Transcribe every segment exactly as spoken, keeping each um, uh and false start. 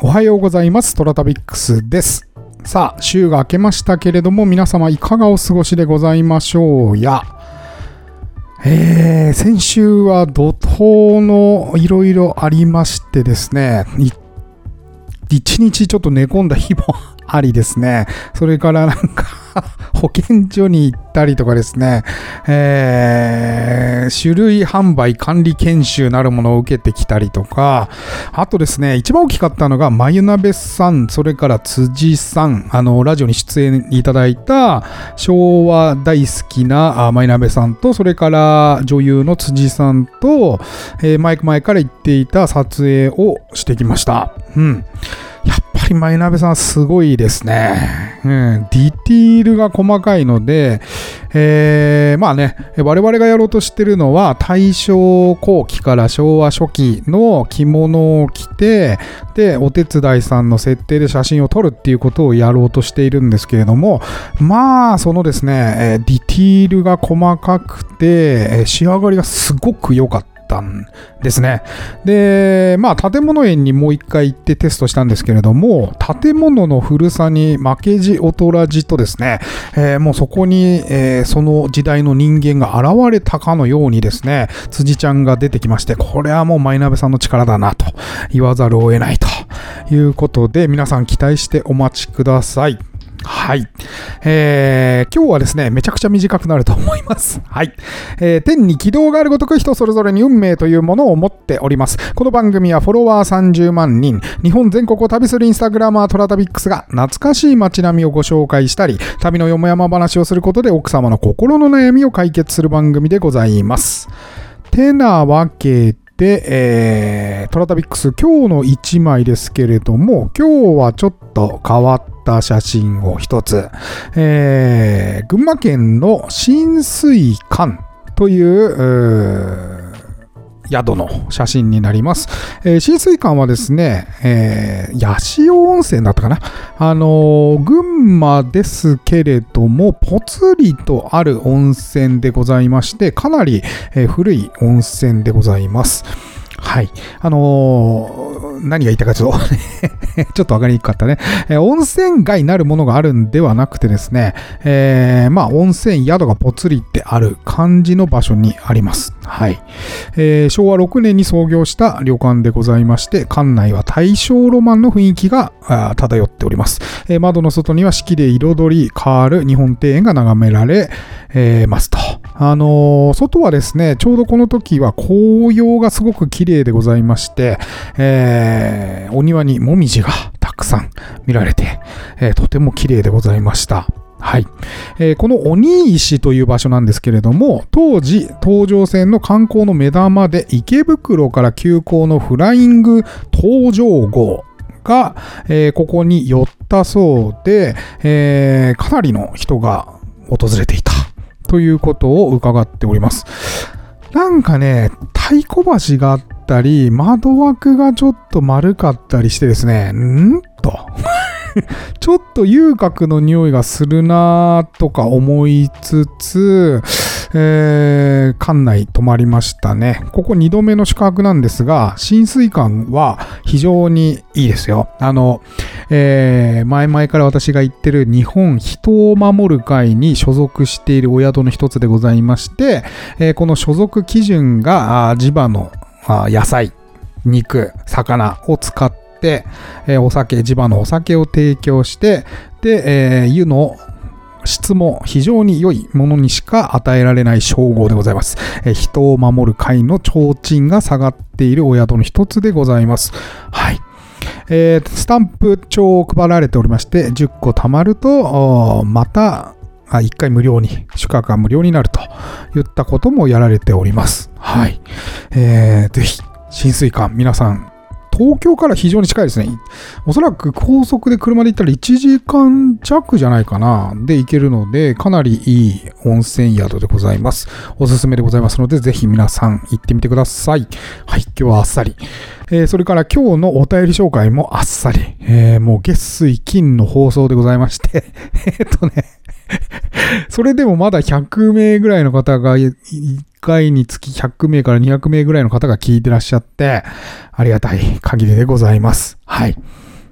はようございます。トラタビックスです。さあ、週が明けましたけれども、皆様いかがお過ごしでございましょうや。えー、先週は怒涛のいろいろありましてですね、一日ちょっと寝込んだ日もありですね、それからなんか保健所に行ったりとかですね、えー、種類販売管理研修なるものを受けてきたりとか、あとですね、一番大きかったのがまゆなべさん、それから辻さん、あのラジオに出演いただいた昭和大好きなまゆなべさんと、それから女優の辻さんと、えー、マイク前から行っていた撮影をしてきました。うん。やっぱりまゆなべさんはすごいですね。うん、ディティールが細かいので、えー、まあね、我々がやろうとしてるのは大正後期から昭和初期の着物を着て、で、お手伝いさんの設定で写真を撮るっていうことをやろうとしているんですけれども、まあ、そのですね、ディティールが細かくて、仕上がりがすごく良かった。ですね。で、まあ建物園にもう一回行ってテストしたんですけれども、建物の古さに負けじ劣らじとですね、えー、もうそこに、えー、その時代の人間が現れたかのようにですね、辻ちゃんが出てきまして、これはもうまゆなべさんの力だなと言わざるを得ないということで、皆さん期待してお待ちください。はい、えー。今日はですね、めちゃくちゃ短くなると思います。はい。えー、天に軌道があるごとく人それぞれに運命というものを持っております。この番組はフォロワーさんじゅうまんにん、日本全国を旅するインスタグラマートラタビックスが懐かしい街並みをご紹介したり、旅のよもやま話をすることで奥様の心の悩みを解決する番組でございます。てなわけで、で、えー、トラタビックス今日のいちまいですけれども、今日はちょっと変わった写真を一つ、えー、群馬県の浸水館という、宿の写真になります。えー、浸水館はですね、えー、八潮温泉だったかな。あのー、群馬ですけれども、ぽつりとある温泉でございまして、かなり、えー、古い温泉でございます。はい。あのー、何が言いたいかちょっと、ちょっとわかりにくかったね。えー、温泉街なるものがあるんではなくてですね、えー、まあ、温泉宿がぽつりってある感じの場所にあります。はい。えー、しょうわろくねんに創業した旅館でございまして、館内は大正ロマンの雰囲気が漂っております。えー、窓の外には四季で彩り変わる日本庭園が眺められ、えー、ますと。あのー、外はですね、ちょうどこの時は紅葉がすごく綺麗でございまして、えー、お庭にもみじがたくさん見られて、えー、とても綺麗でございました。はい、えー、この鬼石という場所なんですけれども、当時東上線の観光の目玉で池袋から急行のフライング東上号が、えー、ここに寄ったそうで、えー、かなりの人が訪れていたということを伺っております。なんかね、太鼓橋があったり、窓枠がちょっと丸かったりしてですね、んとちょっと遊郭の匂いがするなとか思いつつ、えー、館内泊まりましたね。ここにどめの宿泊なんですが、浸水館は非常にいいですよ。あの、えー、前々から私が言ってる日本人を守る会に所属しているお宿の一つでございまして、えー、この所属基準が地場の野菜、肉、魚を使ってで、えー、お酒、地場のお酒を提供して、で、えー、湯の質も非常に良いものにしか与えられない称号でございます。えー、人を守る会の提灯が下がっているお宿の一つでございます。はい。えー、スタンプ帳を配られておりまして、じゅっこ貯まると、また、いっかい無料に、宿泊が無料になるといったこともやられております。はい。えー、ぜひ、浸水館、皆さん、東京から非常に近いですね。おそらく高速で車で行ったらいちじかんじゃくじゃないかな。で行けるので、かなりいい温泉宿でございます。おすすめでございますので、ぜひ皆さん行ってみてください。はい、今日はあっさり。えー、それから今日のお便り紹介もあっさり。えー、もう月水金の放送でございまして、えっとね、それでもまだひゃくめいぐらいの方がいっかいにつきひゃくめいからにひゃくめいぐらいの方が聞いてらっしゃって、ありがたい限りでございます。はい。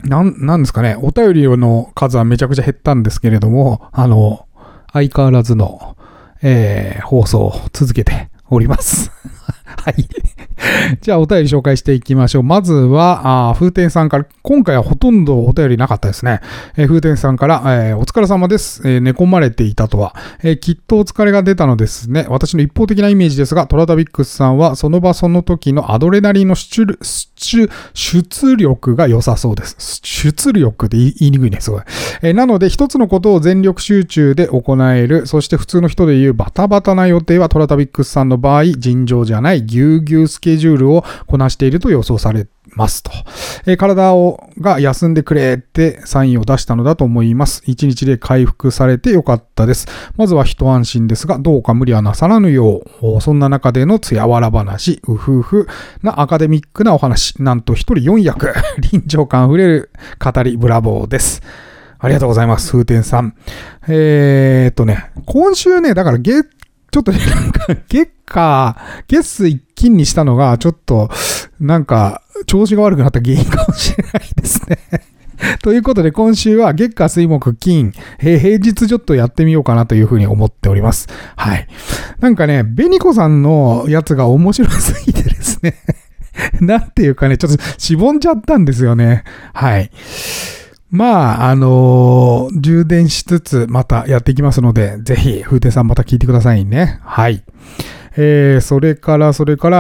なん、なんですかね、お便りの数はめちゃくちゃ減ったんですけれども、あの、相変わらずの、えー、放送を続けております。はい。じゃあお便り紹介していきましょう。まずは、あ風天さんから、今回はほとんどお便りなかったですね。えー、風天さんから、えー、お疲れ様です、えー。寝込まれていたとは、えー。きっとお疲れが出たのですね。私の一方的なイメージですが、トラタビックスさんはその場その時のアドレナリンの出、出、出力が良さそうです。出力で言いにくいね、すごい。えー、なので、一つのことを全力集中で行える、そして普通の人で言うバタバタな予定はトラタビックスさんの場合、尋常じゃないぎゅうぎゅうスケジュールをこなしていると予想されますと。えー、体をが休んでくれってサインを出したのだと思います。一日で回復されてよかったです。まずは一安心ですが、どうか無理はなさらぬよう。そんな中でのつやわら話、うふうふなアカデミックなお話、なんと一人よん役、臨場感あふれる語り、ブラボーです。ありがとうございます、風天さん。えーっとね、今週ね、だから月、ちょっとね、なんか、月火、月水金にしたのが、ちょっと、なんか、調子が悪くなった原因かもしれないですね。ということで、今週は月火水木金、平日ちょっとやってみようかなというふうに思っております。はい。なんかね、ベニコさんのやつが面白すぎてですね。なんていうかね、ちょっとしぼんじゃったんですよね。はい。まあ、あのー、充電しつつまたやっていきますので、ぜひ、風天さんまた聞いてくださいね。はい。えー、それから、それから、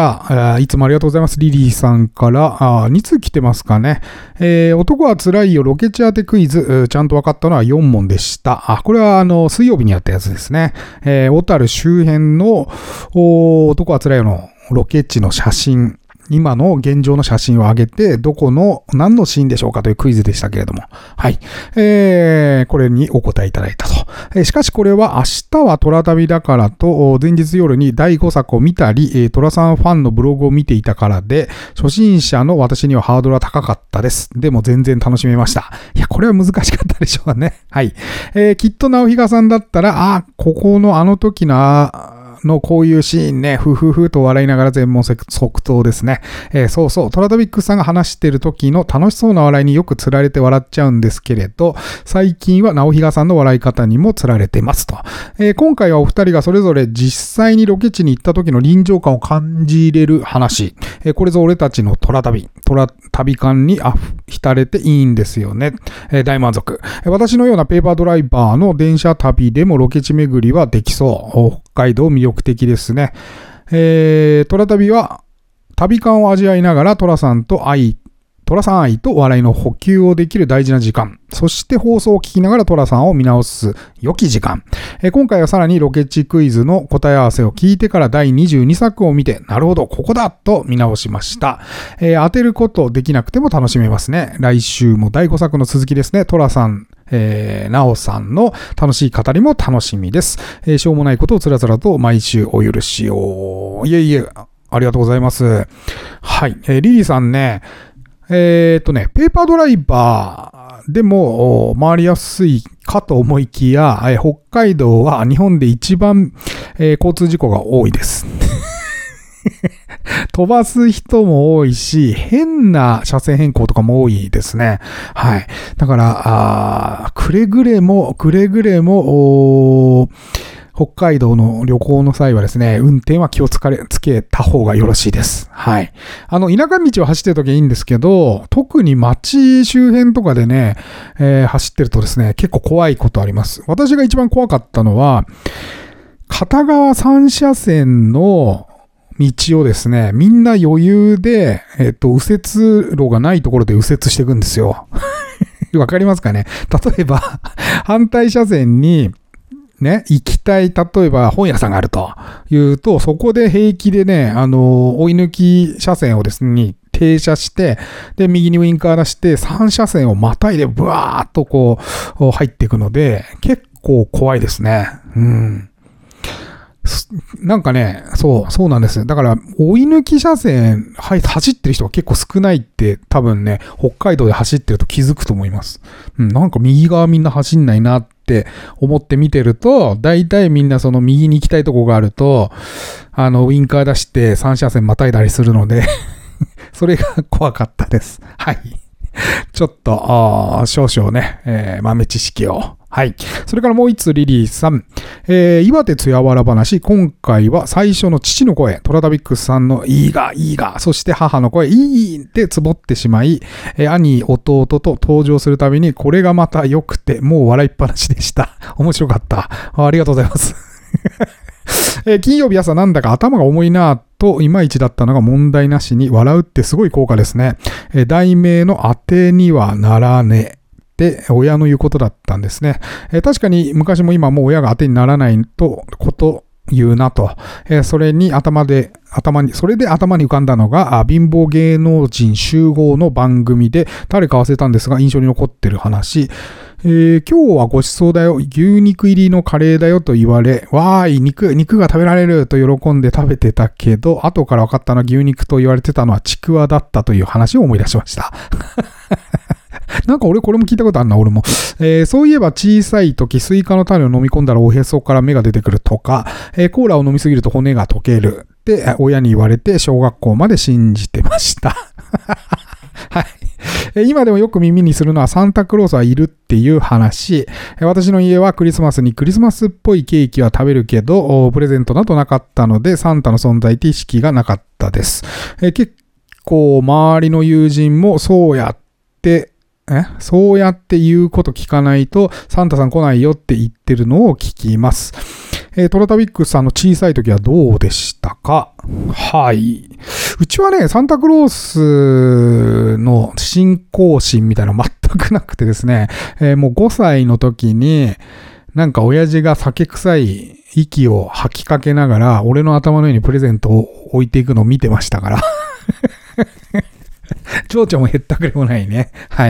いつもありがとうございます。リリーさんから、あに通来てますかね。えー、男は辛いよ、ロケ地当てクイズ、ちゃんと分かったのはよん問でした。あ、これは、あの、水曜日にやったやつですね。えー、小樽周辺の、男は辛いよのロケ地の写真、今の現状の写真を上げて、どこの、何のシーンでしょうかというクイズでしたけれども。はい。えー、これにお答えいただいたと。えー、しかしこれは明日はトラ旅だからと、前日夜にだいごさくを見たり、えー、トラさんファンのブログを見ていたからで、初心者の私にはハードルは高かったです。でも全然楽しめました。いや、これは難しかったでしょうね。はい。えー、きっと直比嘉さんだったら、あ、ここのあの時の、のこういうシーンね、ふふふと笑いながら全問即答ですね。えー、そうそう、トラタビックスさんが話している時の楽しそうな笑いによくつられて笑っちゃうんですけれど、最近は直比嘉さんの笑い方にもつられてますと。えー、今回はお二人がそれぞれ実際にロケ地に行った時の臨場感を感じれる話。えー、これぞ俺たちのトラ旅、トラ旅感にあ浸れていいんですよね。えー、大満足。えー。私のようなペーパードライバーの電車旅でもロケ地巡りはできそう。北海道魅力的ですね。えー、トラ旅は旅感を味わいながらトラさんと愛、トラさん愛と笑いの補給をできる大事な時間。そして放送を聞きながらトラさんを見直す良き時間。えー、今回はさらにロケ地クイズの答え合わせを聞いてからだいにじゅうにさくを見て、なるほど、ここだと見直しました。えー、当てることできなくても楽しめますね。来週もだいごさくの続きですね。トラさん、えー、なおさんの楽しい語りも楽しみです。えー、しょうもないことをつらつらと毎週お許しを。いえいえ、ありがとうございます。はい。えー、リリーさんね、えー、っとね、ペーパードライバーでも回りやすいかと思いきや、えー、北海道は日本で一番、えー、交通事故が多いです。飛ばす人も多いし、変な車線変更とかも多いですね。はい。だから、あくれぐれも、くれぐれも、北海道の旅行の際はですね、運転は気をつかれ、つけた方がよろしいです。はい。あの、田舎道を走ってるときはいいんですけど、特に街周辺とかでね、えー、走ってるとですね、結構怖いことあります。私が一番怖かったのは、片側さん車線の道をですね、みんな余裕で、えっと、右折路がないところで右折していくんですよ。わかりますかね？例えば、反対車線に、ね、行きたい、例えば本屋さんがあるというと、そこで平気でね、あの、追い抜き車線をですね、停車して、で、右にウインカー出して、さん車線をまたいでブワーっとこう、入っていくので、結構怖いですね。うん。なんかね、そう、そうなんです。だから、追い抜き車線、はい、走ってる人が結構少ないって多分ね、北海道で走ってると気づくと思います。うん、なんか右側みんな走んないなって思って見てると、大体みんなその右に行きたいとこがあると、あの、ウインカー出してさん車線またいだりするので、それが怖かったです。はい。 ちょっと、少々ね、えー、豆知識を。はい。それからもう一つリリーさん。えー、岩手つやわら話。今回は最初の父の声、トラタビックスさんのいいが、いいが、そして母の声、いいでつぼってしまい、えー、兄、弟と登場するたびに、これがまた良くて、もう笑いっぱなしでした。面白かった。あ, ありがとうございます。えー、金曜日朝なんだか頭が重いなぁといまいちだったのが問題なしに笑うってすごい効果ですね。えー、題名の当てにはならねで親の言うことだったんですね。えー、確かに昔も今も親が当てにならないとこと言うなと。えー、それに頭で頭に、それで頭に浮かんだのが、貧乏芸能人集合の番組で、誰か忘れたんですが、印象に残ってる話。えー、今日はごちそうだよ、牛肉入りのカレーだよと言われ、わーい、肉、肉が食べられると喜んで食べてたけど、後から分かったのは牛肉と言われてたのはちくわだったという話を思い出しました。なんか俺これも聞いたことあるな、俺も。えー、そういえば小さい時、スイカの種を飲み込んだらおへそから芽が出てくるとか、えー、コーラを飲みすぎると骨が溶けるって親に言われて小学校まで信じてました。はい。今でもよく耳にするのはサンタクロースはいるっていう話。私の家はクリスマスにクリスマスっぽいケーキは食べるけど、プレゼントなどなかったので、サンタの存在って意識がなかったです。結構周りの友人もそうやって、えそうやって言うこと聞かないとサンタさん来ないよって言ってるのを聞きます。えー、トラタビックスさんの小さい時はどうでしたか？はい。うちはね、サンタクロースの信仰心みたいなの全くなくてですね、えー、もうごさいの時に、なんか親父が酒臭い息を吐きかけながら、俺の頭の上にプレゼントを置いていくのを見てましたから。蝶々もへったくれもないね。はい。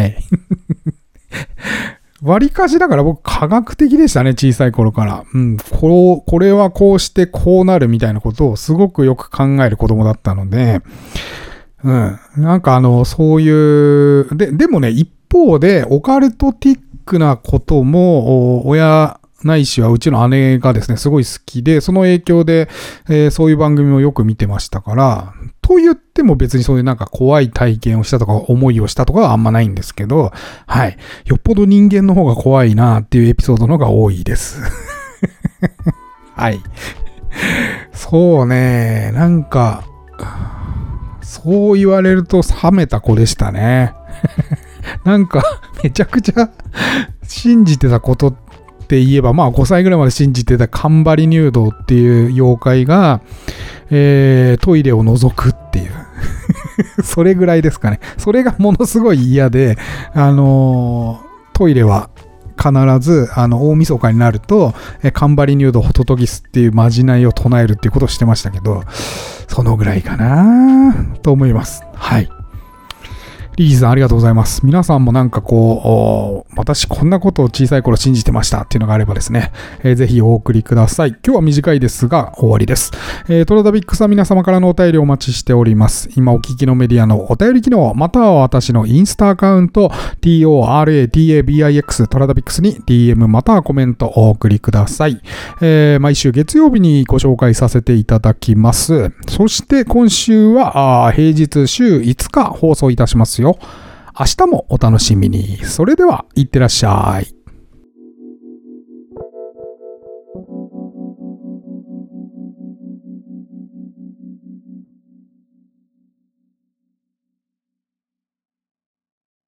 割かしだから僕科学的でしたね、小さい頃から。うん、こう、これはこうしてこうなるみたいなことをすごくよく考える子供だったので、うん。なんかあの、そういう、で、でもね、一方でオカルトティックなことも、親、ないしはうちの姉がですね、すごい好きで、その影響で、えー、そういう番組をよく見てましたから、と言っても別にそういうなんか怖い体験をしたとか思いをしたとかはあんまないんですけど、はい。よっぽど人間の方が怖いなっていうエピソードの方が多いです。はい。そうね、なんか、そう言われると冷めた子でしたね。なんか、めちゃくちゃ信じてたことって、って言えば、まあごさいぐらいまで信じてたカンバリ入道っていう妖怪が、えー、トイレを覗くっていうそれぐらいですかね。それがものすごい嫌で、あのー、トイレは必ずあの大晦日になるとカンバリ入道ホトトギスっていうまじないを唱えるっていうことをしてましたけど、そのぐらいかなと思います。はい。リリーさんありがとうございます。皆さんもなんかこう、私こんなことを小さい頃信じてましたっていうのがあればですね、えー、ぜひお送りください。今日は短いですが終わりです。えー、トラタビックスは皆様からのお便りをお待ちしております。今お聞きのメディアのお便り機能、または私のインスタアカウント トラタビックス トラタビックスに ディーエム またはコメントをお送りください。えー、毎週月曜日にご紹介させていただきます。そして今週はあ平日週いつか放送いたしますよ。明日もお楽しみに。それでは、いってらっしゃい。